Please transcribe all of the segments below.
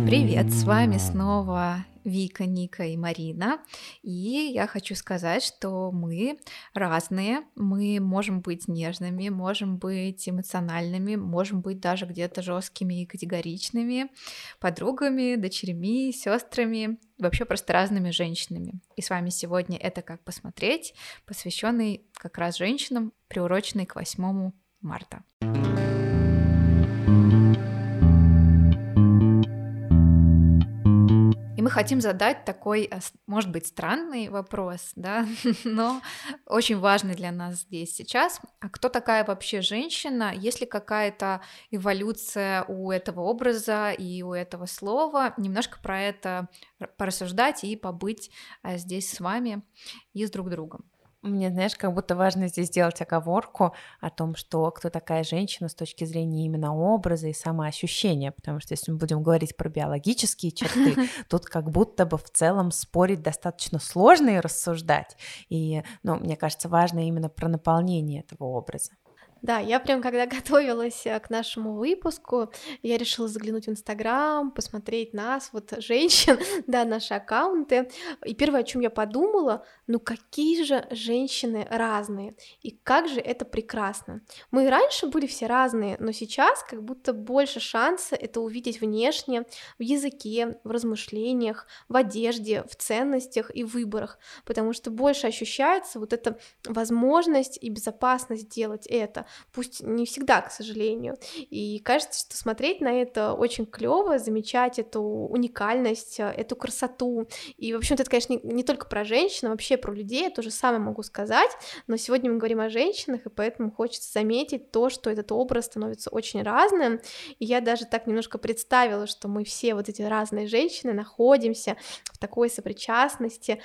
Привет, с вами снова Вика, Ника и Марина. И я хочу сказать, что мы разные, мы можем быть нежными, можем быть эмоциональными, можем быть даже где-то жесткими и категоричными, подругами, дочерьми, сестрами, вообще просто разными женщинами. И с вами сегодня «Это как посмотреть», посвященный как раз женщинам, приуроченный к 8 марта. И мы хотим задать такой, может быть, странный вопрос, да, но очень важный для нас здесь сейчас. А кто такая вообще женщина? Есть ли какая-то эволюция у этого образа и у этого слова? Немножко про это порассуждать и побыть здесь с вами и с друг другом. Мне, знаешь, как будто важно здесь сделать оговорку о том, что кто такая женщина с точки зрения именно образа и самоощущения, потому что если мы будем говорить про биологические черты, тут как будто бы в целом спорить достаточно сложно и рассуждать. И, мне кажется, важно именно про наполнение этого образа. Да, я прям когда готовилась к нашему выпуску, я решила заглянуть в Инстаграм, посмотреть нас, вот женщин, да, наши аккаунты. И первое, о чем я подумала, ну какие же женщины разные, и как же это прекрасно. Мы и раньше были все разные, но сейчас как будто больше шанса это увидеть внешне, в языке, в размышлениях, в одежде, в ценностях и выборах, потому что больше ощущается вот эта возможность и безопасность делать это. Пусть не всегда, к сожалению. И кажется, что смотреть на это очень клево, замечать эту уникальность, эту красоту. И, в общем-то, это, конечно, не только про женщин, а вообще про людей, я то же самое могу сказать, но сегодня мы говорим о женщинах, и поэтому хочется заметить то, что этот образ становится очень разным. И я даже так немножко представила, что мы все вот эти разные женщины находимся в такой сопричастности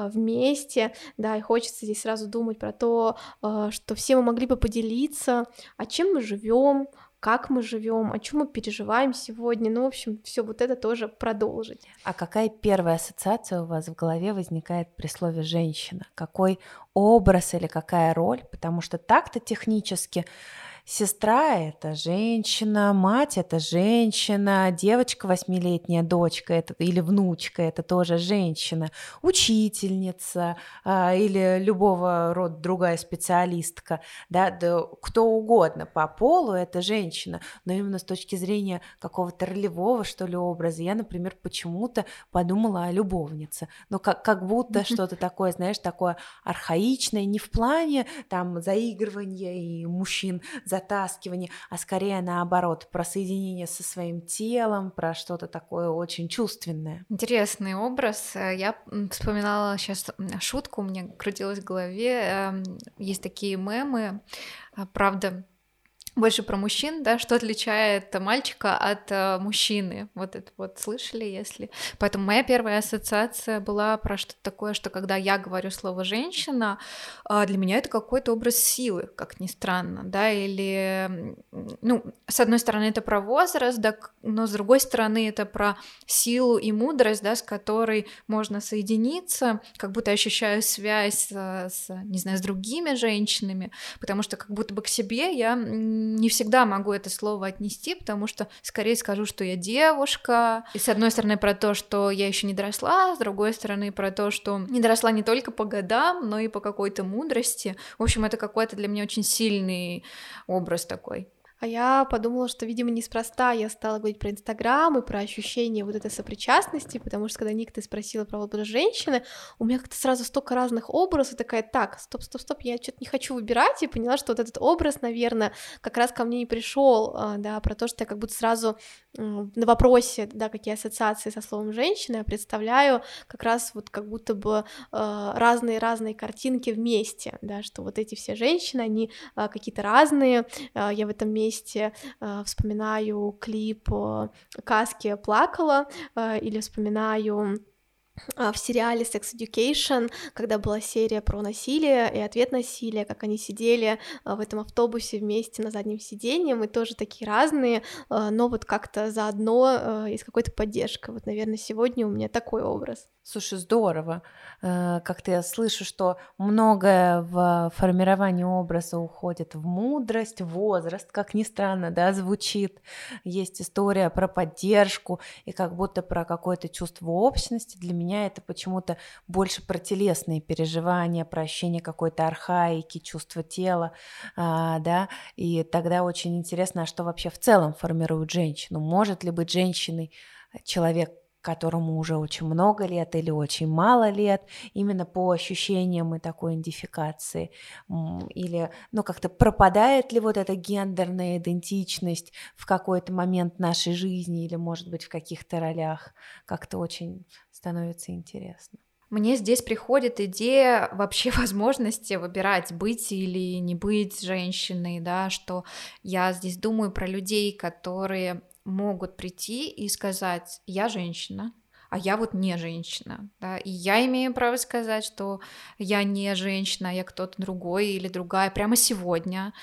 вместе, да, и хочется здесь сразу думать про то, что все мы могли бы поделиться, а чем мы живем, как мы живем, о чем мы переживаем сегодня. Ну, в общем, все вот это тоже продолжить. А какая первая ассоциация у вас в голове возникает при слове «женщина»? Какой образ или какая роль? Потому что так-то технически сестра — это женщина, мать — это женщина, девочка 8-летняя, дочка это, или внучка — это тоже женщина, учительница или любого рода другая специалистка, да, кто угодно по полу — это женщина, но именно с точки зрения какого-то ролевого, что ли, образа, я, например, почему-то подумала о любовнице, но как будто что-то такое, знаешь, такое архаичное, не в плане там заигрывания и мужчин, затаскивание, а скорее наоборот, про соединение со своим телом, про что-то такое очень чувственное. Интересный образ. Я вспоминала сейчас шутку, у меня крутилась в голове. Есть такие мемы, правда, больше про мужчин, да, что отличает мальчика от мужчины. Вот это вот слышали, если... Поэтому моя первая ассоциация была про что-то такое, что когда я говорю слово «женщина», для меня это какой-то образ силы, как ни странно, да, или... Ну, с одной стороны, это про возраст, да, но с другой стороны, это про силу и мудрость, да, с которой можно соединиться, как будто я ощущаю связь не знаю, с другими женщинами, потому что как будто бы к себе я не всегда могу это слово отнести, потому что скорее скажу, что я девушка. И с одной стороны про то, что я еще не доросла, с другой стороны про то, что не доросла не только по годам, но и по какой-то мудрости. В общем, это какой-то для меня очень сильный образ такой. А я подумала, что, видимо, неспроста я стала говорить про Инстаграм и про ощущение вот этой сопричастности, потому что, когда Ник, ты спросила про образ женщины, у меня как-то сразу столько разных образов, и такая, так, стоп, я что-то не хочу выбирать, и поняла, что вот этот образ, наверное, как раз ко мне и пришел, да, про то, что я как будто сразу на вопросе, да, какие ассоциации со словом женщина, я представляю как раз вот как будто бы разные картинки вместе, да, что вот эти все женщины, они какие-то разные, я в этом месте вспоминаю клип «Каски плакала» или вспоминаю в сериале Sex Education, когда была серия про насилие и ответ насилия, как они сидели в этом автобусе вместе на заднем сиденье, мы тоже такие разные, но вот как-то заодно и с какой-то поддержкой. Вот, наверное, сегодня у меня такой образ. Слушай, здорово. Как-то я слышу, что многое в формировании образа уходит в мудрость, возраст, как ни странно, да, звучит. Есть история про поддержку и как будто про какое-то чувство общности. Для меня это почему-то больше про телесные переживания, про ощущение какой-то архаики, чувства тела, да. И тогда очень интересно, а что вообще в целом формирует женщину? Может ли быть женщиной человек, которому уже очень много лет или очень мало лет, именно по ощущениям и такой идентификации, или, ну, как-то пропадает ли вот эта гендерная идентичность в какой-то момент нашей жизни или, может быть, в каких-то ролях, как-то очень становится интересно. Мне здесь приходит идея вообще возможности выбирать, быть или не быть женщиной, да, что я здесь думаю про людей, которые могут прийти и сказать: я женщина, а я вот не женщина, да, и я имею право сказать, что я не женщина, я кто-то другой или другая прямо сегодня,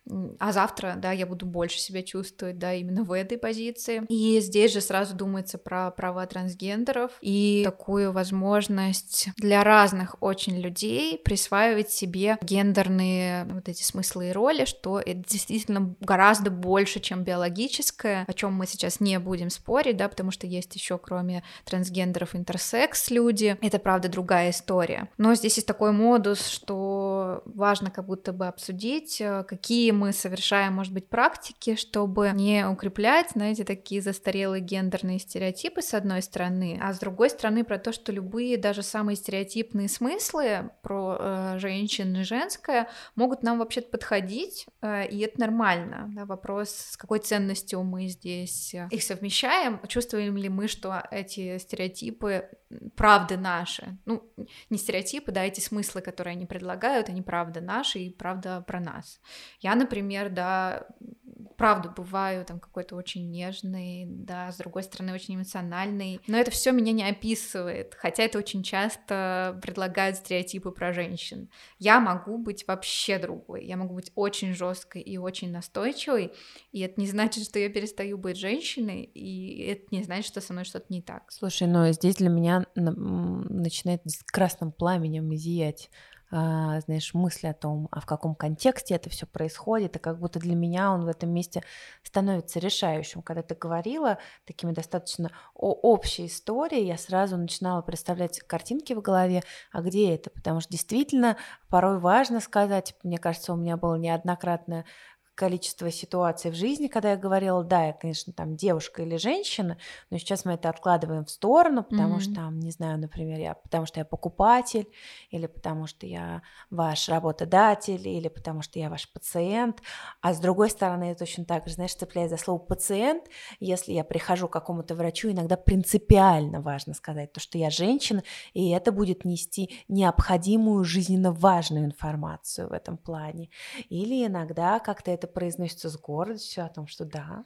а завтра, да, я буду больше себя чувствовать, да, именно в этой позиции. И здесь же сразу думается про права трансгендеров и такую возможность для разных очень людей присваивать себе гендерные вот эти смыслы и роли, что это действительно гораздо больше, чем биологическое, о чем мы сейчас не будем спорить, да, потому что есть еще кроме трансгендеров интерсекс люди, это правда другая история. Но здесь есть такой модус, что важно как будто бы обсудить, какие мы совершаем, может быть, практики, чтобы не укреплять, знаете, такие застарелые гендерные стереотипы с одной стороны, а с другой стороны про то, что любые даже самые стереотипные смыслы про женщин и женское могут нам вообще-то подходить, и это нормально. Да, вопрос, с какой ценностью мы здесь их совмещаем, чувствуем ли мы, что эти стереотипы правда наши, ну, не стереотипы, да, эти смыслы, которые они предлагают, они правда наши и правда про нас. Я, например, да, правда бываю там какой-то очень нежный, да, с другой стороны очень эмоциональный, но это все меня не описывает, хотя это очень часто предлагают стереотипы про женщин. Я могу быть вообще другой, я могу быть очень жесткой и очень настойчивой, и это не значит, что я перестаю быть женщиной, и это не значит, что со мной что-то не так. Слушай, ну здесь для меня начинает красным пламенем изъять, знаешь, мысли о том, а в каком контексте это все происходит, и как будто для меня он в этом месте становится решающим. Когда ты говорила такими достаточно общей историей, я сразу начинала представлять картинки в голове, а где это? Потому что действительно порой важно сказать, мне кажется, у меня было неоднократное количество ситуаций в жизни, когда я говорила, да, я, конечно, там девушка или женщина, но сейчас мы это откладываем в сторону, потому что, там, не знаю, например, потому что я покупатель, или потому что я ваш работодатель, или потому что я ваш пациент, а с другой стороны, я точно так же, знаешь, цепляясь за слово пациент, если я прихожу к какому-то врачу, иногда принципиально важно сказать то, что я женщина, и это будет нести необходимую жизненно важную информацию в этом плане. Или иногда как-то это произносится с гордостью о том, что да,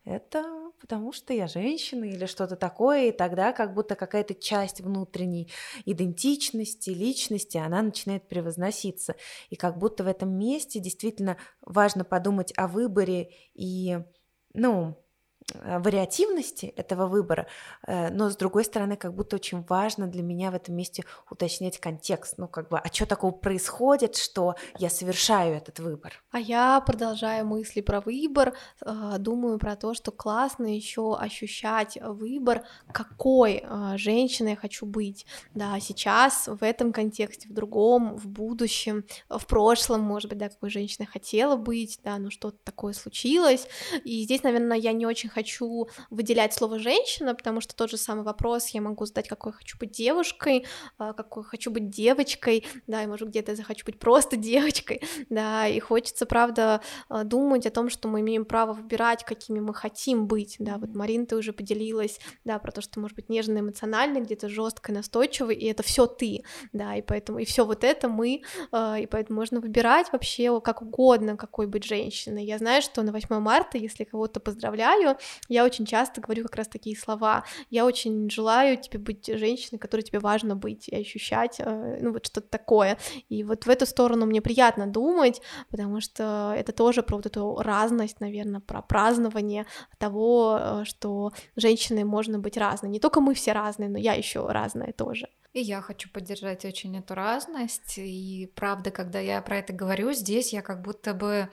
это потому что я женщина или что-то такое, и тогда как будто какая-то часть внутренней идентичности, личности, она начинает превозноситься. И как будто в этом месте действительно важно подумать о выборе и, ну, вариативности этого выбора, но с другой стороны, как будто очень важно для меня в этом месте уточнять контекст, ну как бы, а что такого происходит, что я совершаю этот выбор. А я продолжаю мысли про выбор, думаю про то, что классно еще ощущать выбор, какой женщиной я хочу быть, да, сейчас, в этом контексте, в другом, в будущем, в прошлом, может быть, да, какой женщиной я хотела быть, да, но что-то такое случилось, и здесь, наверное, я не очень хочу выделять слово «женщина», потому что тот же самый вопрос я могу задать, какой я хочу быть девушкой, какой я хочу быть девочкой, да, и, может, где-то я захочу быть просто девочкой, да, и хочется, правда, думать о том, что мы имеем право выбирать, какими мы хотим быть, да, вот, Марин, ты уже поделилась, да, про то, что ты можешь быть нежной, эмоциональной, где-то жесткой, настойчивой, и это все ты, да, и поэтому, и все вот это мы, и поэтому можно выбирать вообще как угодно, какой быть женщиной. Я знаю, что на 8 марта, если кого-то поздравляю, я очень часто говорю как раз такие слова. Я очень желаю тебе быть женщиной, которой тебе важно быть и ощущать, ну, вот что-то такое. И вот в эту сторону мне приятно думать, потому что это тоже про вот эту разность, наверное, про празднование того, что женщиной можно быть разной. Не только мы все разные, но я еще разная тоже. И я хочу поддержать очень эту разность. И правда, когда я про это говорю, здесь я как будто бы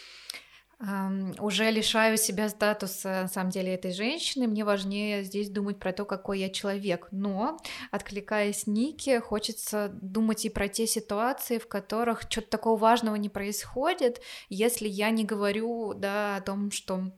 уже лишаю себя статуса, на самом деле, этой женщины. Мне важнее здесь думать про то, какой я человек. Но, откликаясь Нике, хочется думать и про те ситуации, в которых что-то такого важного не происходит, если я не говорю, да, о том, что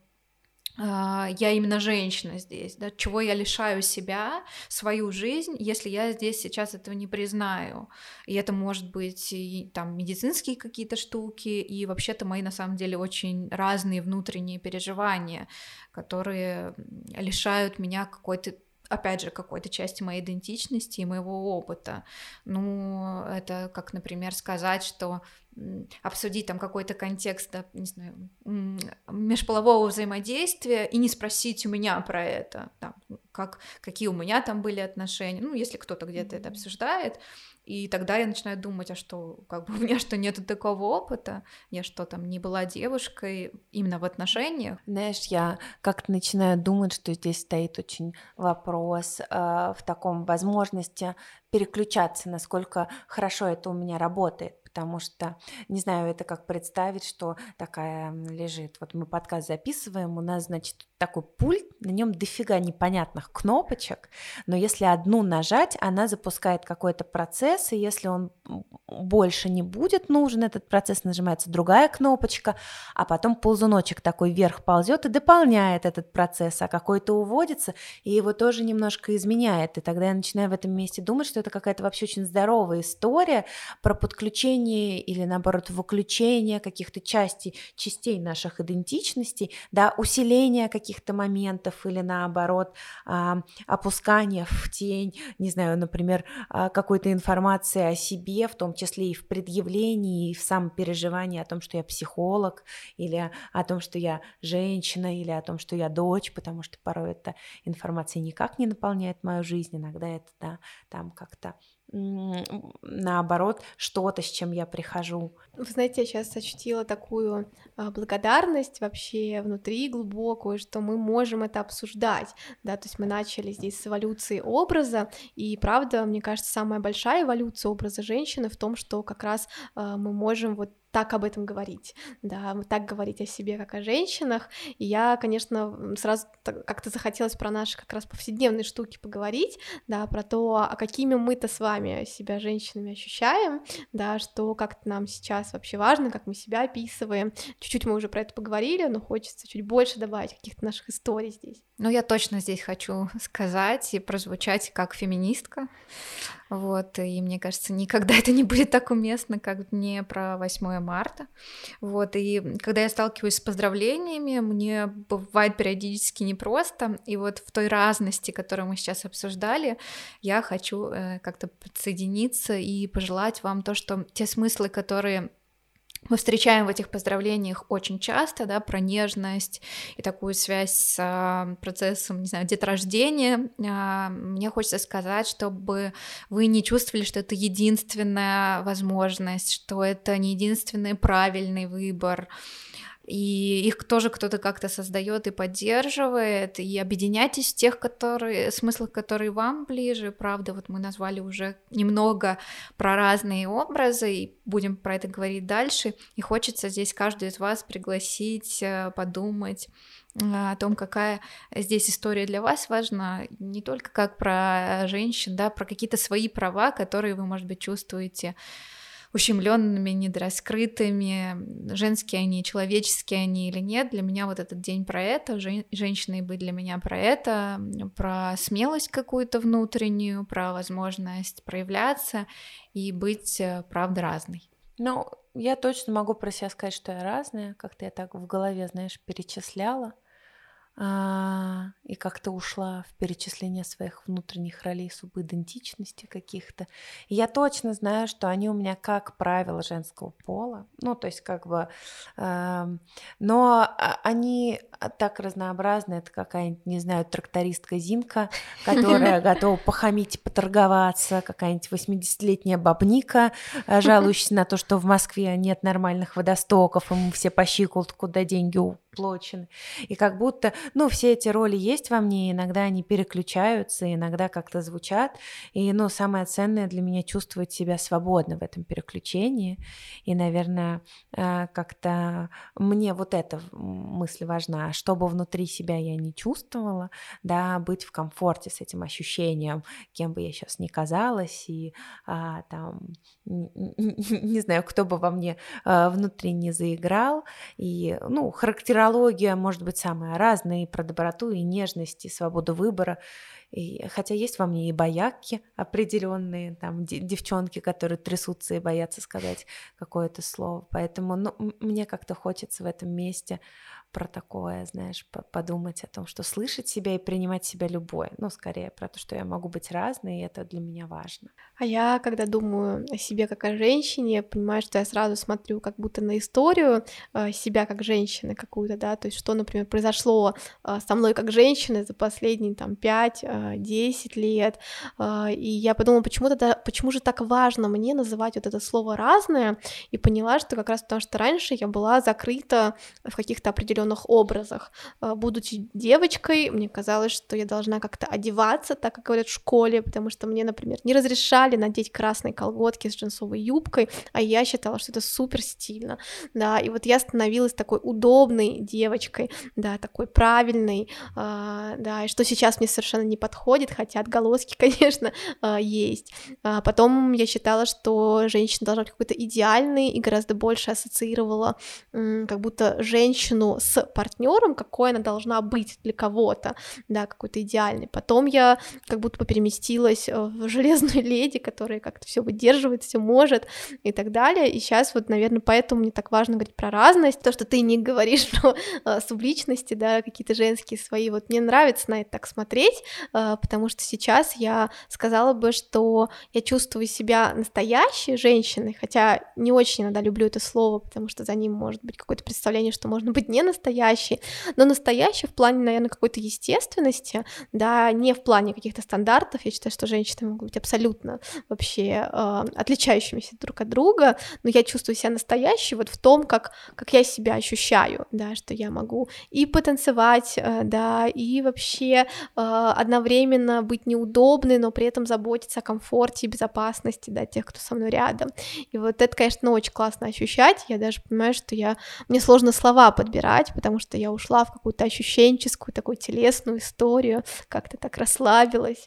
я именно женщина здесь, да, чего я лишаю себя, свою жизнь, если я здесь сейчас этого не признаю. И это может быть и там медицинские какие-то штуки, и вообще-то мои на самом деле очень разные внутренние переживания, которые лишают меня какой-то, опять же, какой-то части моей идентичности и моего опыта. Ну, это как, например, сказать, что обсудить там какой-то контекст, да, не знаю, межполового взаимодействия и не спросить у меня про это, там, какие у меня там были отношения, ну, если кто-то где-то это обсуждает, и тогда я начинаю думать, а что, как бы у меня что, нету такого опыта, я что, там, не была девушкой именно в отношениях? Знаешь, я как-то начинаю думать, что здесь стоит очень вопрос в таком возможности переключаться, насколько хорошо это у меня работает. Потому что, не знаю, это как представить, что такая лежит, вот мы подкаст записываем, у нас, значит, такой пульт, на нем дофига непонятных кнопочек, но если одну нажать, она запускает какой-то процесс, и если он больше не будет нужен, этот процесс, нажимается другая кнопочка, а потом ползуночек такой вверх ползет и дополняет этот процесс, а какой-то уводится, и его тоже немножко изменяет, и тогда я начинаю в этом месте думать, что это какая-то вообще очень здоровая история про подключение или, наоборот, выключение каких-то частей наших идентичностей, да, усиление каких-то моментов или, наоборот, опускание в тень, не знаю, например, какой-то информации о себе, в том числе и в предъявлении, и в самопереживании о том, что я психолог, или о том, что я женщина, или о том, что я дочь, потому что порой эта информация никак не наполняет мою жизнь, иногда это, да, там как-то наоборот, что-то, с чем я прихожу. Вы знаете, я сейчас ощутила такую благодарность вообще внутри глубокую, что мы можем это обсуждать, да, то есть мы начали здесь с эволюции образа, и правда, мне кажется, самая большая эволюция образа женщины в том, что как раз мы можем вот так об этом говорить, да, так говорить о себе, как о женщинах, и я, конечно, сразу как-то захотелось про наши как раз повседневные штуки поговорить, да, про то, а какими мы-то с вами себя женщинами ощущаем, да, что как-то нам сейчас вообще важно, как мы себя описываем, чуть-чуть мы уже про это поговорили, но хочется чуть больше добавить каких-то наших историй здесь. Ну, я точно здесь хочу сказать и прозвучать как феминистка, вот, и мне кажется, никогда это не будет так уместно, как мне про 8 марта, вот, и когда я сталкиваюсь с поздравлениями, мне бывает периодически непросто, и вот в той разности, которую мы сейчас обсуждали, я хочу как-то подсоединиться и пожелать вам то, что те смыслы, которые мы встречаем в этих поздравлениях очень часто, да, про нежность и такую связь с процессом, не знаю, деторождения. Мне хочется сказать, чтобы вы не чувствовали, что это единственная возможность, что это не единственный правильный выбор, и их тоже кто-то как-то создает и поддерживает, и объединяйтесь в тех смыслах, которые вам ближе, правда, вот мы назвали уже немного про разные образы, и будем про это говорить дальше, и хочется здесь каждую из вас пригласить подумать о том, какая здесь история для вас важна, не только как про женщин, да, про какие-то свои права, которые вы, может быть, чувствуете ущемленными, недораскрытыми, женские они, человеческие они или нет. Для меня вот этот день про это, женщиной быть для меня про это, про смелость какую-то внутреннюю, про возможность проявляться и быть, правда, разной. Ну, я точно могу про себя сказать, что я разная, как-то я так в голове, знаешь, перечисляла. И как-то ушла в перечисление своих внутренних ролей субидентичности каких-то. И я точно знаю, что они у меня, как правило, женского пола. Ну, то есть как бы... но они так разнообразны. Это какая-нибудь, не знаю, трактористка Зинка, которая готова похамить и поторговаться, какая-нибудь 80-летняя бабника, жалующаяся на то, что в Москве нет нормальных водостоков, и мы все по щиколотку, куда деньги уплочены. И как будто, ну, все эти роли есть во мне, иногда они переключаются, иногда как-то звучат. И, ну, самое ценное для меня — чувствовать себя свободно в этом переключении. И, наверное, как-то мне вот эта мысль важна, чтобы внутри себя я не чувствовала, да, быть в комфорте с этим ощущением, кем бы я сейчас ни казалась, и там, не знаю, кто бы во мне внутри не заиграл. И, ну, характерология может быть самая разная, и про доброту, и нежность, и свободу выбора. И, хотя есть во мне и бояки определенные, там, девчонки, которые трясутся и боятся сказать какое-то слово. Поэтому, ну, мне как-то хочется в этом месте про такое, знаешь, подумать о том, что слышать себя и принимать себя любой. Ну, скорее про то, что я могу быть разной, и это для меня важно. А я, когда думаю о себе как о женщине, понимаю, что я сразу смотрю как будто на историю себя как женщины какую-то, да, то есть что, например, произошло со мной как женщиной за последние там 5-10 лет, и я подумала, почему же так важно мне называть вот это слово «разное», и поняла, что как раз потому, что раньше я была закрыта в каких-то определенных образах. Будучи девочкой, мне казалось, что я должна как-то одеваться, так как говорят в школе, потому что мне, например, не разрешали надеть красные колготки с джинсовой юбкой, а я считала, что это супер стильно, да, и вот я становилась такой удобной девочкой, да, такой правильной, да, и что сейчас мне совершенно не подходит, хотя отголоски, конечно, есть. Потом я считала, что женщина должна быть какой-то идеальной и гораздо больше ассоциировала как будто женщину с партнером, какой она должна быть для кого-то, да, какой-то идеальный. Потом я как будто переместилась в железную леди, которая как-то все выдерживает, все может и так далее. И сейчас вот, наверное, поэтому мне так важно говорить про разность, то, что ты не говоришь про субличности, да, какие-то женские свои. Вот мне нравится на это так смотреть, потому что сейчас я сказала бы, что я чувствую себя настоящей женщиной, хотя не очень иногда люблю это слово, потому что за ним может быть какое-то представление, что можно быть не настоящей, но настоящей в плане, наверное, какой-то естественности, да, не в плане каких-то стандартов. Я считаю, что женщины могут быть абсолютно вообще отличающимися друг от друга, но я чувствую себя настоящей вот в том, как я себя ощущаю, да, что я могу и потанцевать, да, и вообще одновременно быть неудобной, но при этом заботиться о комфорте и безопасности, да, тех, кто со мной рядом. И вот это, конечно, очень классно ощущать. Я даже понимаю, что мне сложно слова подбирать, потому что я ушла в какую-то ощущенческую, такую телесную историю, как-то так расслабилась.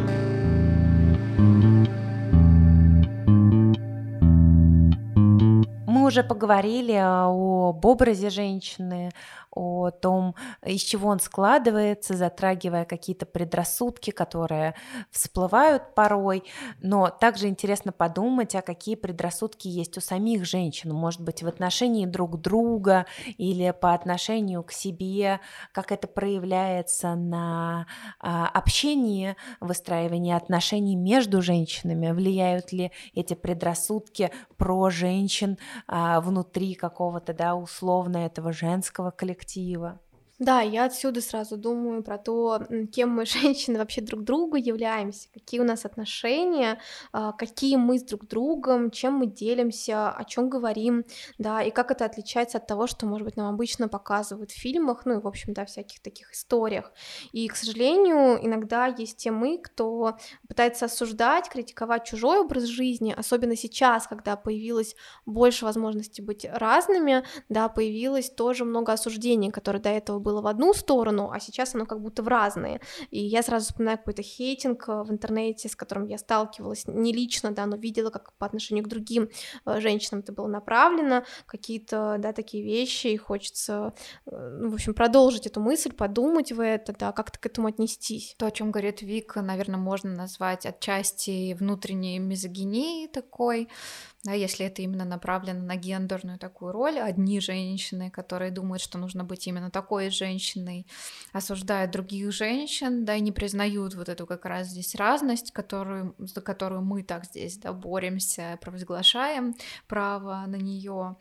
Мы уже поговорили об образе женщины, о том, из чего он складывается, затрагивая какие-то предрассудки, которые всплывают порой, но также интересно подумать, а какие предрассудки есть у самих женщин, может быть, в отношении друг друга или по отношению к себе, как это проявляется на общении, выстраивании отношений между женщинами, влияют ли эти предрассудки про женщин внутри какого-то, да, условно этого женского коллектива. Да, я отсюда сразу думаю про то, кем мы, женщины, вообще друг другу являемся, какие у нас отношения, какие мы с друг другом, чем мы делимся, о чем говорим, да, и как это отличается от того, что, может быть, нам обычно показывают в фильмах, ну и, в общем, да, всяких таких историях. И, к сожалению, иногда есть те мы, кто пытается осуждать, критиковать чужой образ жизни, особенно сейчас, когда появилось больше возможностей быть разными, да, появилось тоже много осуждений, которые до этого было в одну сторону, а сейчас оно как будто в разные. И я сразу вспоминаю какой-то хейтинг в интернете, с которым я сталкивалась не лично, да, но видела, как по отношению к другим женщинам это было направлено, какие-то, да, такие вещи, и хочется, в общем, продолжить эту мысль, подумать в это, да, как-то к этому отнестись. То, о чем говорит Вика, наверное, можно назвать отчасти внутренней мизогинией такой, да, если это именно направлено на гендерную такую роль, одни женщины, которые думают, что нужно быть именно такой женщиной, осуждают других женщин, да, и не признают вот эту как раз здесь разность, за которую мы так здесь, да, боремся, провозглашаем право на нее.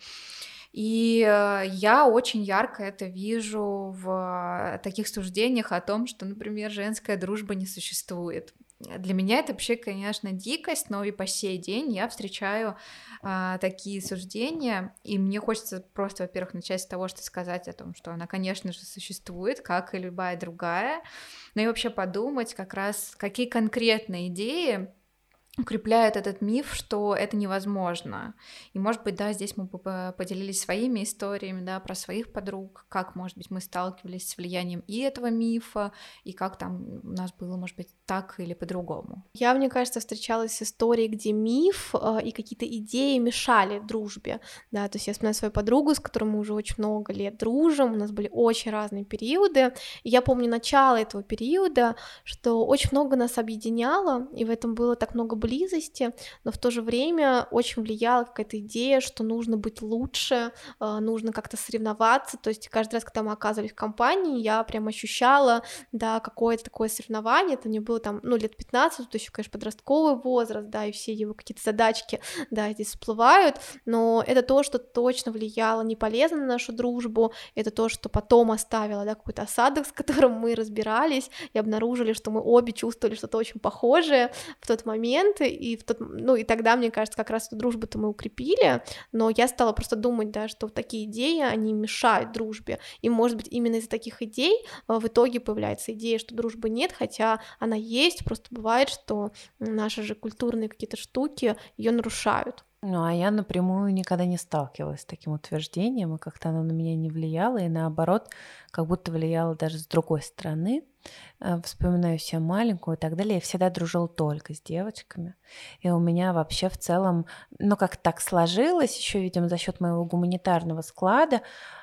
И я очень ярко это вижу в таких суждениях о том, что, например, женская дружба не существует. Для меня это вообще, конечно, дикость, но и по сей день я встречаю такие суждения, и мне хочется просто, во-первых, начать с того, что сказать о том, что она, конечно же, существует, как и любая другая, но и вообще подумать как раз, какие конкретные идеи укрепляют этот миф, что это невозможно. И, может быть, да, здесь мы бы поделились своими историями, да, про своих подруг, как, может быть, мы сталкивались с влиянием и этого мифа, и как там у нас было, может быть, так или по-другому. Я, мне кажется, встречалась с историей, где миф и какие-то идеи мешали дружбе, да, то есть я вспоминаю свою подругу, с которой мы уже очень много лет дружим, у нас были очень разные периоды, и я помню начало этого периода, что очень много нас объединяло, и в этом было так много близости, но в то же время очень влияла какая-то идея, что нужно быть лучше, нужно как-то соревноваться, то есть каждый раз, когда мы оказывались в компании, я прям ощущала, да, какое-то такое соревнование, это мне было там, ну, лет 15, то есть, конечно, подростковый возраст, да, и все его какие-то задачки, да, здесь всплывают, но это то, что точно влияло не полезно на нашу дружбу, это то, что потом оставило, да, какой-то осадок, с которым мы разбирались и обнаружили, что мы обе чувствовали что-то очень похожее в тот момент, и ну, и тогда, мне кажется, как раз эту дружбу-то мы укрепили, но я стала просто думать, да, что такие идеи, они мешают дружбе, и, может быть, именно из-за таких идей в итоге появляется идея, что дружбы нет, хотя она есть, просто бывает, что наши же культурные какие-то штуки ее нарушают. Ну, а я напрямую никогда не сталкивалась с таким утверждением, и как-то оно на меня не влияло, и наоборот, как будто влияло даже с другой стороны. Вспоминаю себя маленькую и так далее, я всегда дружила только с девочками. И у меня вообще в целом, ну, как так сложилось, еще, видимо, за счет моего гуманитарного склада,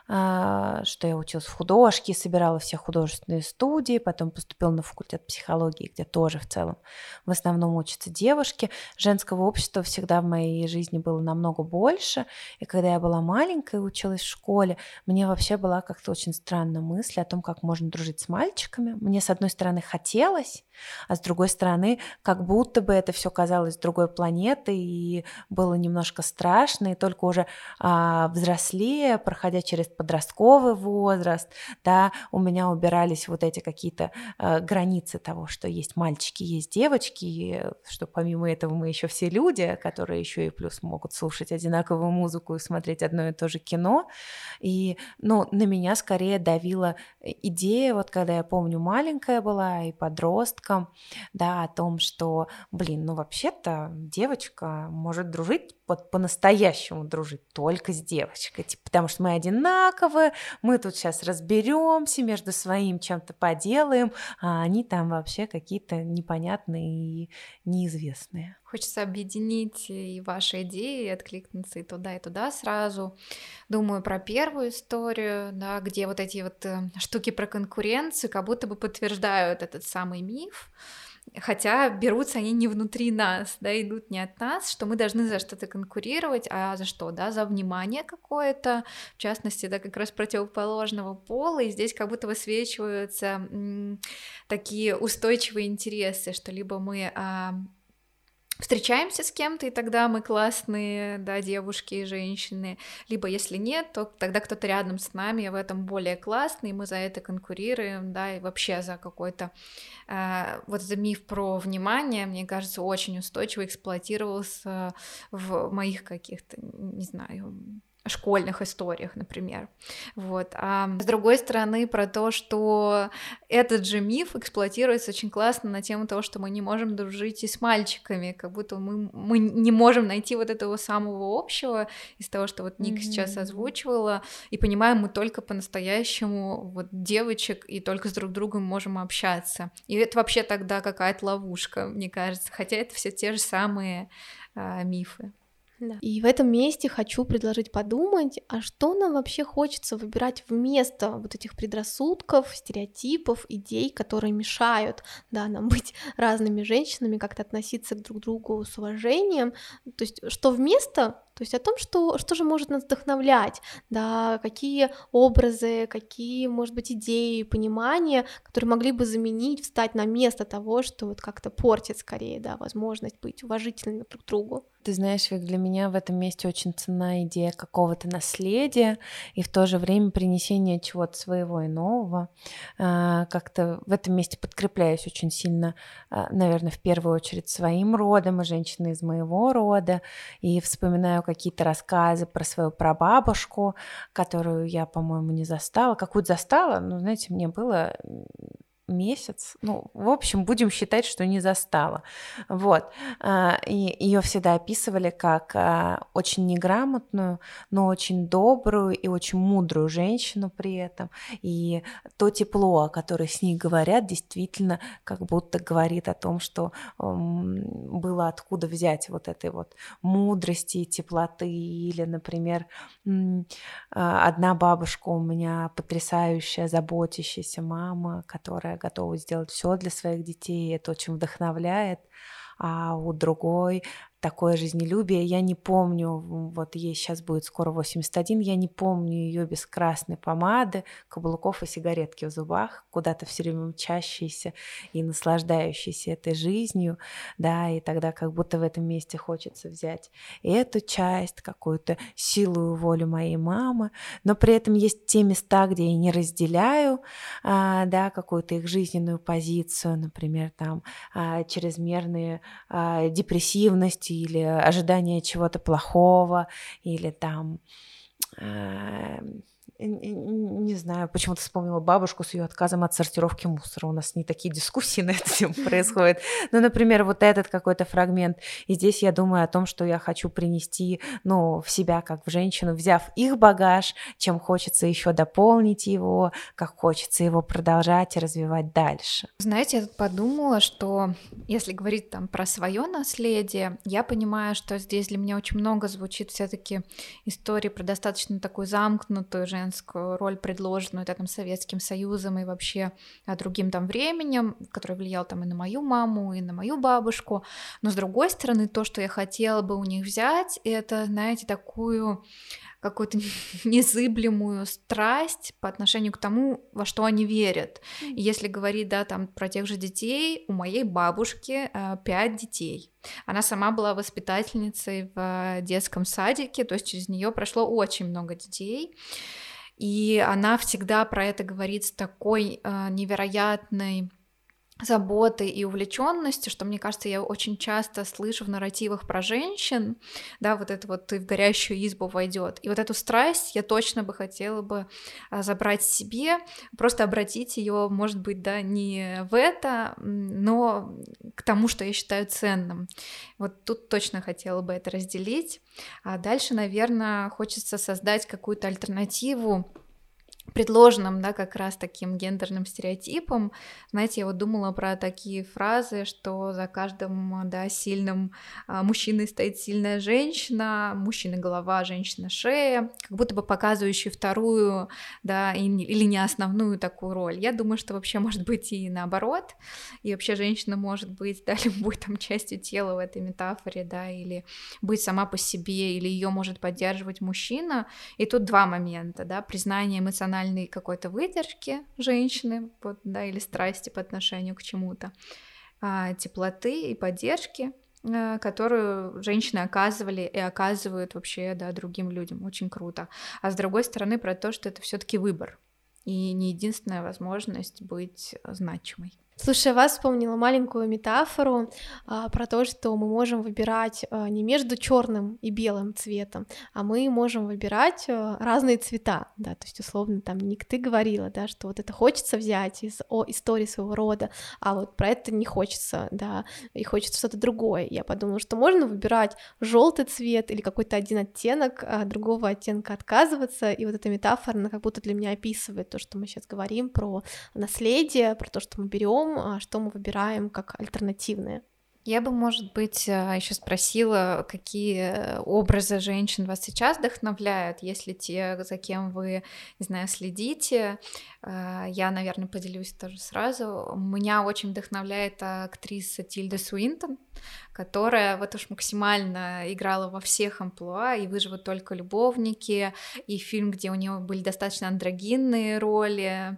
что я училась в художке, собирала все художественные студии, потом поступила на факультет психологии, где тоже в целом в основном учатся девушки. Женского общества всегда в моей жизни было намного больше. И когда я была маленькая и училась в школе, мне вообще была как-то очень странная мысль о том, как можно дружить с мальчиками. Мне, с одной стороны, хотелось, а с другой стороны, как будто бы это все казалось с другой планеты, и было немножко страшно, и только уже взрослее, проходя через подростковый возраст, да, у меня убирались вот эти какие-то границы того, что есть мальчики, есть девочки, и что помимо этого мы еще все люди, которые еще и плюс могут слушать одинаковую музыку и смотреть одно и то же кино. И, ну, на меня скорее давила идея, вот когда я помню, маленькая была и подростком, да, о том, что, блин, ну вообще-то девочка может дружить, вот по-настоящему дружить только с девочкой, типа, потому что мы одинаковые, мы тут сейчас разберемся, между своим чем-то поделаем, а они там вообще какие-то непонятные и неизвестные. Хочется объединить и ваши идеи, и откликнуться и туда сразу. Думаю про первую историю, да, где вот эти вот штуки про конкуренцию как будто бы подтверждают этот самый миф, хотя берутся они не внутри нас, да, идут не от нас, что мы должны за что-то конкурировать, а за что, да, за внимание какое-то, в частности, да, как раз противоположного пола, и здесь как будто высвечиваются такие устойчивые интересы, что либо мы встречаемся с кем-то, и тогда мы классные, да, девушки и женщины, либо если нет, то тогда кто-то рядом с нами в этом более классный, и мы за это конкурируем, да, и вообще за какой-то вот этот миф про внимание, мне кажется, очень устойчиво эксплуатировался в моих каких-то, не знаю, школьных историях, например. Вот. А с другой стороны, про то, что этот же миф эксплуатируется очень классно на тему того, что мы не можем дружить и с мальчиками, как будто мы не можем найти вот этого самого общего из того, что вот Ника сейчас озвучивала, и понимаем, мы только по-настоящему вот девочек и только с друг другом можем общаться. И это вообще тогда какая-то ловушка, мне кажется, хотя это все те же самые мифы. Да. И в этом месте хочу предложить подумать, а что нам вообще хочется выбирать вместо вот этих предрассудков, стереотипов, идей, которые мешают, да, нам быть разными женщинами, как-то относиться друг к другу с уважением. То есть что вместо? То есть о том, что же может нас вдохновлять, да, какие образы, какие, может быть, идеи, понимания, которые могли бы заменить, встать на место того, что вот как-то портит скорее, да, возможность быть уважительными друг к другу. Ты знаешь, Вик, для меня в этом месте очень ценна идея какого-то наследия и в то же время принесения чего-то своего и нового. Как-то в этом месте подкрепляюсь очень сильно, наверное, в первую очередь своим родом и женщиной из моего рода, и вспоминаю какие-то рассказы про свою прабабушку, которую я, по-моему, не застала. Какую-то застала, но, знаете, мне было месяц. Ну, в общем, будем считать, что не застала. Вот. И ее всегда описывали как очень неграмотную, но очень добрую и очень мудрую женщину при этом. И то тепло, о котором с ней говорят, действительно как будто говорит о том, что было откуда взять вот этой вот мудрости и теплоты. Или, например, одна бабушка у меня потрясающая, заботящаяся мама, которая готова сделать все для своих детей, это очень вдохновляет, а у другой такое жизнелюбие. Я не помню, вот ей сейчас будет скоро 81, я не помню ее без красной помады, каблуков и сигаретки в зубах, куда-то все время мчащейся и наслаждающейся этой жизнью, да, и тогда как будто в этом месте хочется взять эту часть, какую-то силу и волю моей мамы, но при этом есть те места, где я не разделяю, да, какую-то их жизненную позицию, например, там чрезмерные депрессивность или ожидание чего-то плохого, или там, не знаю, почему-то вспомнила бабушку с ее отказом от сортировки мусора. У нас не такие дискуссии на эту тему происходят. Ну, например, вот этот какой-то фрагмент. И здесь я думаю о том, что я хочу принести, ну, в себя как в женщину, взяв их багаж, чем хочется еще дополнить его, как хочется его продолжать и развивать дальше. Знаете, я тут подумала, что если говорить там про свое наследие, я понимаю, что здесь для меня очень много звучит все-таки истории про достаточно такую замкнутую женскую роль, предложенную там Советским Союзом и вообще другим там временем, который влиял там и на мою маму, и на мою бабушку. Но с другой стороны, то, что я хотела бы у них взять, это, знаете, такую какую-то незыблемую страсть по отношению к тому, во что они верят. И если говорить, да, там про тех же детей, у моей бабушки 5 детей. Она сама была воспитательницей в детском садике, то есть через нее прошло очень много детей. И она всегда про это говорит с такой невероятной заботой и увлеченностью, что, мне кажется, я очень часто слышу в нарративах про женщин, да, вот это вот «ты в горящую избу войдет». И вот эту страсть я точно бы хотела бы забрать себе, просто обратить ее, может быть, да, не в это, но к тому, что я считаю ценным. Вот тут точно хотела бы это разделить. А дальше, наверное, хочется создать какую-то альтернативу предложенным, да, как раз таким гендерным стереотипом. Знаете, я вот думала про такие фразы, что за каждым, да, сильным мужчиной стоит сильная женщина, мужчина голова, женщина шея, как будто бы показывающие вторую, да, или не основную такую роль. Я думаю, что вообще может быть и наоборот, и вообще женщина может быть, да, любой там частью тела в этой метафоре, да, или быть сама по себе, или ее может поддерживать мужчина. И тут два момента, да, признание эмоциональной какой-то выдержки женщины, вот, да, или страсти по отношению к чему-то, теплоты и поддержки, которую женщины оказывали и оказывают вообще, да, другим людям. Очень круто. А с другой стороны, про то, что это все-таки выбор и не единственная возможность быть значимой. Слушай, я вас вспомнила маленькую метафору про то, что мы можем выбирать не между черным и белым цветом, а мы можем выбирать разные цвета, да, то есть условно там Ник, ты говорила, да, что вот это хочется взять из истории своего рода, а вот про это не хочется, да, и хочется что-то другое. Я подумала, что можно выбирать желтый цвет или какой-то один оттенок, а другого оттенка отказываться, и вот эта метафора, она как будто для меня описывает то, что мы сейчас говорим про наследие, про то, что мы берем, что мы выбираем как альтернативное. Я бы, может быть, еще спросила, какие образы женщин вас сейчас вдохновляют, если те, за кем вы, не знаю, следите. Я, наверное, поделюсь тоже сразу. Меня очень вдохновляет актриса Тильда Суинтон, которая вот уж максимально играла во всех амплуа, и «Выживут только любовники», и фильм, где у нее были достаточно андрогинные роли.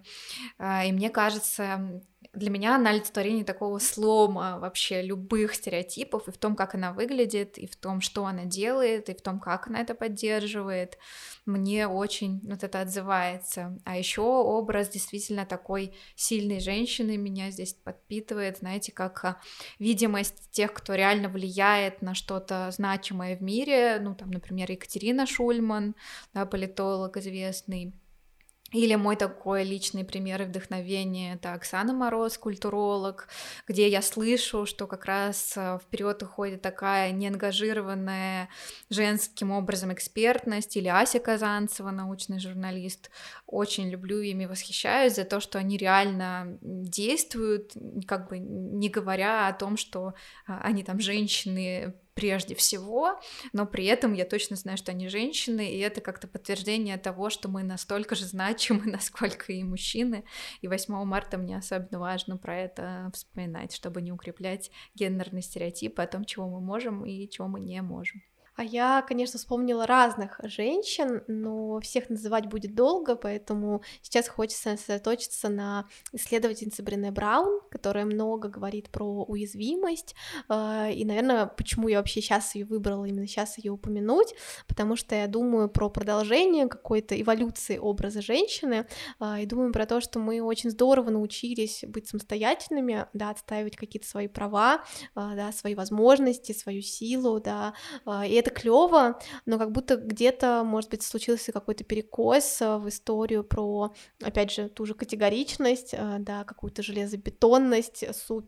И мне кажется, для меня она олицетворение такого слома вообще любых стереотипов и в том, как она выглядит, и в том, что она делает, и в том, как она это поддерживает. Мне очень вот это отзывается. А еще образ действительно такой сильной женщины меня здесь подпитывает, знаете, как видимость тех, кто реально влияет на что-то значимое в мире, ну, там, например, Екатерина Шульман, да, политолог известный. Или мой такой личный пример и вдохновение — это Оксана Мороз, культуролог, где я слышу, что как раз вперед уходит такая неангажированная женским образом экспертность, или Ася Казанцева, научный журналист. Очень люблю ими, восхищаюсь за то, что они реально действуют, как бы не говоря о том, что они там женщины прежде всего, но при этом я точно знаю, что они женщины, и это как-то подтверждение того, что мы настолько же значимы, насколько и мужчины, и 8 марта мне особенно важно про это вспоминать, чтобы не укреплять гендерные стереотипы о том, чего мы можем и чего мы не можем. А я, конечно, вспомнила разных женщин, но всех называть будет долго, поэтому сейчас хочется сосредоточиться на исследовательнице Брене Браун, которая много говорит про уязвимость, и, наверное, почему я вообще сейчас ее выбрала, именно сейчас ее упомянуть, потому что я думаю про продолжение какой-то эволюции образа женщины, и думаю про то, что мы очень здорово научились быть самостоятельными, да, отстаивать какие-то свои права, да, свои возможности, свою силу, да, и это клево, но как будто где-то, может быть, случился какой-то перекос в историю про, опять же, ту же категоричность, да, какую-то железобетонность,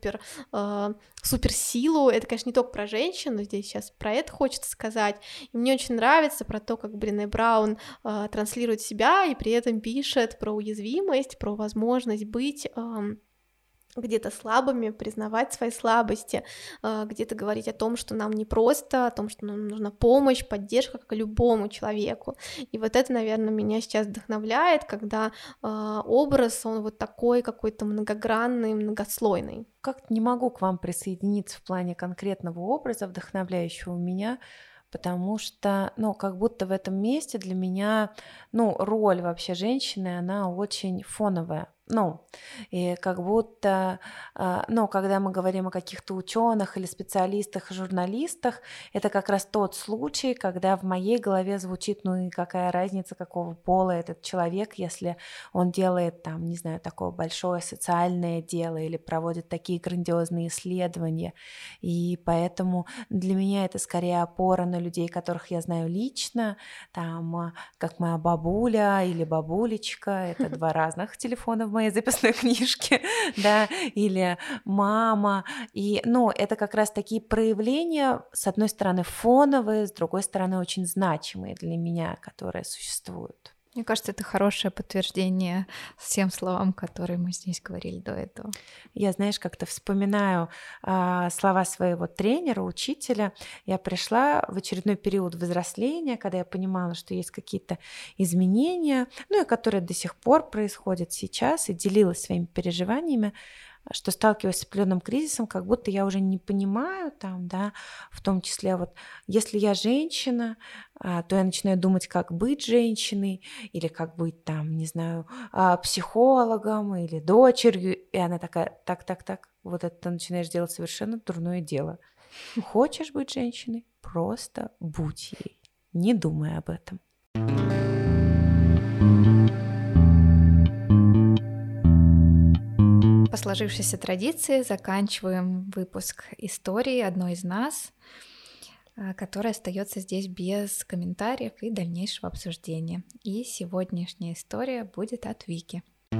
суперсилу. Это, конечно, не только про женщин, но здесь сейчас про это хочется сказать. И мне очень нравится про то, как Брене Браун транслирует себя и при этом пишет про уязвимость, про возможность быть где-то слабыми, признавать свои слабости, где-то говорить о том, что нам непросто, о том, что нам нужна помощь, поддержка, как и любому человеку. И вот это, наверное, меня сейчас вдохновляет, когда образ, он вот такой какой-то многогранный, многослойный. Как-то не могу к вам присоединиться в плане конкретного образа, вдохновляющего меня, потому что, ну, как будто в этом месте для меня, ну, роль вообще женщины, она очень фоновая. Ну, и как будто, ну, когда мы говорим о каких-то ученых или специалистах, журналистах, это как раз тот случай, когда в моей голове звучит, ну и какая разница, какого пола этот человек, если он делает там, не знаю, такое большое социальное дело или проводит такие грандиозные исследования. И поэтому для меня это скорее опора на людей, которых я знаю лично, там, как моя бабуля или бабулечка, это два разных телефона в моей записной книжке, да, или мама. И, ну, это как раз такие проявления, с одной стороны, фоновые, с другой стороны, очень значимые для меня, которые существуют. Мне кажется, это хорошее подтверждение всем словам, которые мы здесь говорили до этого. Я, знаешь, как-то вспоминаю слова своего тренера, учителя. Я пришла в очередной период взросления, когда я понимала, что есть какие-то изменения, ну и которые до сих пор происходят сейчас, и делилась своими переживаниями, что сталкиваюсь с определенным кризисом, как будто я уже не понимаю там, да, в том числе вот, если я женщина, то я начинаю думать, как быть женщиной, или как быть там, не знаю, психологом или дочерью, и она такая, так, вот это ты начинаешь делать совершенно дурное дело. Хочешь быть женщиной? Просто будь ей, не думай об этом. По сложившейся традиции заканчиваем выпуск истории одной из нас, которая остается здесь без комментариев и дальнейшего обсуждения. И сегодняшняя история будет от Вики.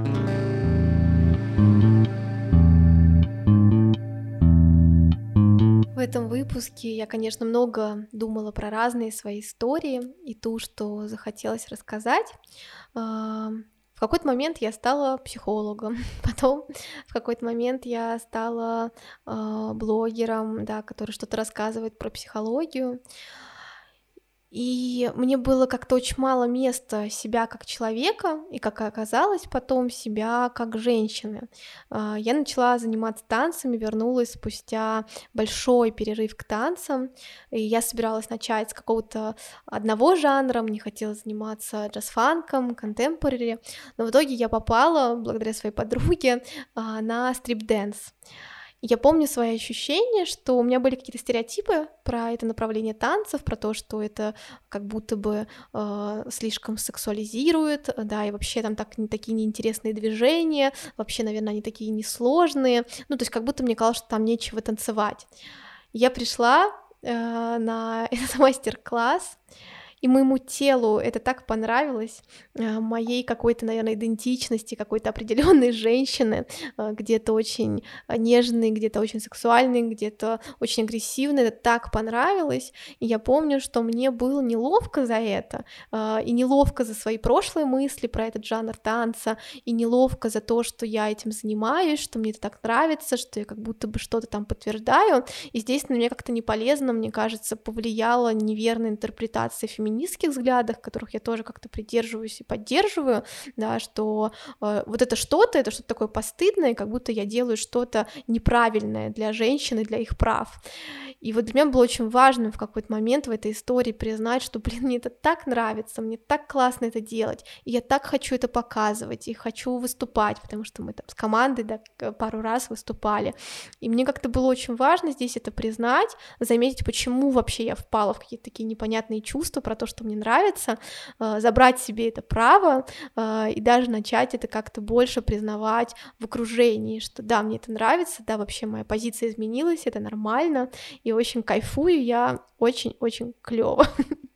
В этом выпуске я, конечно, много думала про разные свои истории и ту, что захотелось рассказать. В какой-то момент я стала психологом, потом в какой-то момент я стала блогером, да, который что-то рассказывает про психологию. И мне было как-то очень мало места себя как человека, и, как оказалось, потом себя как женщины. Я начала заниматься танцами, вернулась спустя большой перерыв к танцам, и я собиралась начать с какого-то одного жанра, мне хотелось заниматься джаз-фанком, контемпорари, но в итоге я попала, благодаря своей подруге, на стрип-дэнс. Я помню свои ощущения, что у меня были какие-то стереотипы про это направление танцев, про то, что это как будто бы слишком сексуализирует, да, и вообще там такие неинтересные движения, вообще, наверное, они такие несложные, ну, то есть как будто мне казалось, что там нечего танцевать. Я пришла на этот мастер-класс, и моему телу это так понравилось, моей какой-то, наверное, идентичности, какой-то определенной женщины, где-то очень нежной, где-то очень сексуальной, где-то очень агрессивной, это так понравилось, и я помню, что мне было неловко за это, и неловко за свои прошлые мысли про этот жанр танца, и неловко за то, что я этим занимаюсь, что мне это так нравится, что я как будто бы что-то там подтверждаю, и здесь на меня как-то не полезно, мне кажется, повлияла неверная интерпретация феминистских взглядах, которых я тоже как-то придерживаюсь и поддерживаю, да, что вот это что-то такое постыдное, как будто я делаю что-то неправильное для женщин и для их прав. И вот для меня было очень важно в какой-то момент в этой истории признать, что, мне это так нравится, мне так классно это делать, и я так хочу это показывать, и хочу выступать, потому что мы там с командой, да, пару раз выступали, и мне как-то было очень важно здесь это признать, заметить, почему вообще я впала в какие-то такие непонятные чувства про то, что мне нравится, забрать себе это право и даже начать это как-то больше признавать в окружении, что да, мне это нравится, да, вообще моя позиция изменилась, это нормально, и очень кайфую я, очень-очень клёво.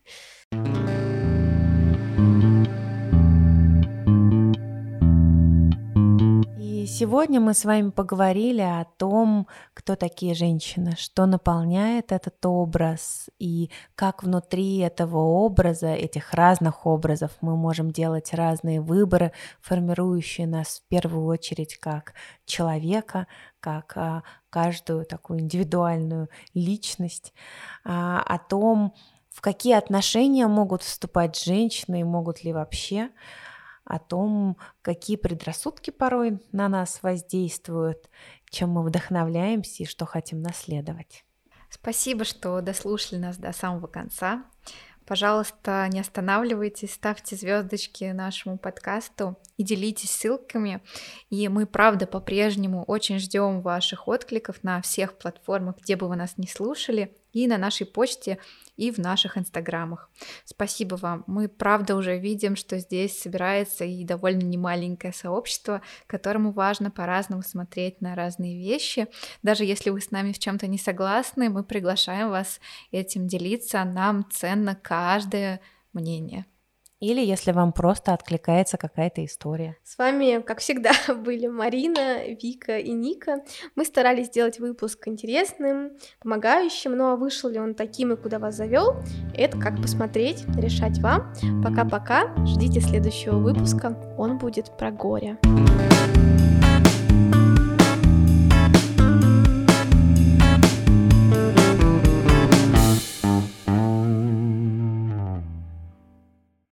Сегодня мы с вами поговорили о том, кто такие женщины, что наполняет этот образ и как внутри этого образа, этих разных образов мы можем делать разные выборы, формирующие нас в первую очередь как человека, как каждую такую индивидуальную личность, о том, в какие отношения могут вступать женщины и могут ли вообще, о том, какие предрассудки порой на нас воздействуют, чем мы вдохновляемся и что хотим наследовать. Спасибо, что дослушали нас до самого конца. Пожалуйста, не останавливайтесь, ставьте звездочки нашему подкасту и делитесь ссылками. И мы, правда, по-прежнему очень ждем ваших откликов на всех платформах, где бы вы нас не слушали, и на нашей почте, и в наших инстаграмах. Спасибо вам. Мы, правда, уже видим, что здесь собирается и довольно немаленькое сообщество, которому важно по-разному смотреть на разные вещи. Даже если вы с нами в чем-то не согласны, мы приглашаем вас этим делиться. Нам ценно каждое мнение. Или если вам просто откликается какая-то история. С вами, как всегда, были Марина, Вика и Ника. Мы старались сделать выпуск интересным, помогающим, но вышел ли он таким и куда вас завел, это как посмотреть, решать вам. Пока-пока, ждите следующего выпуска, он будет про горе.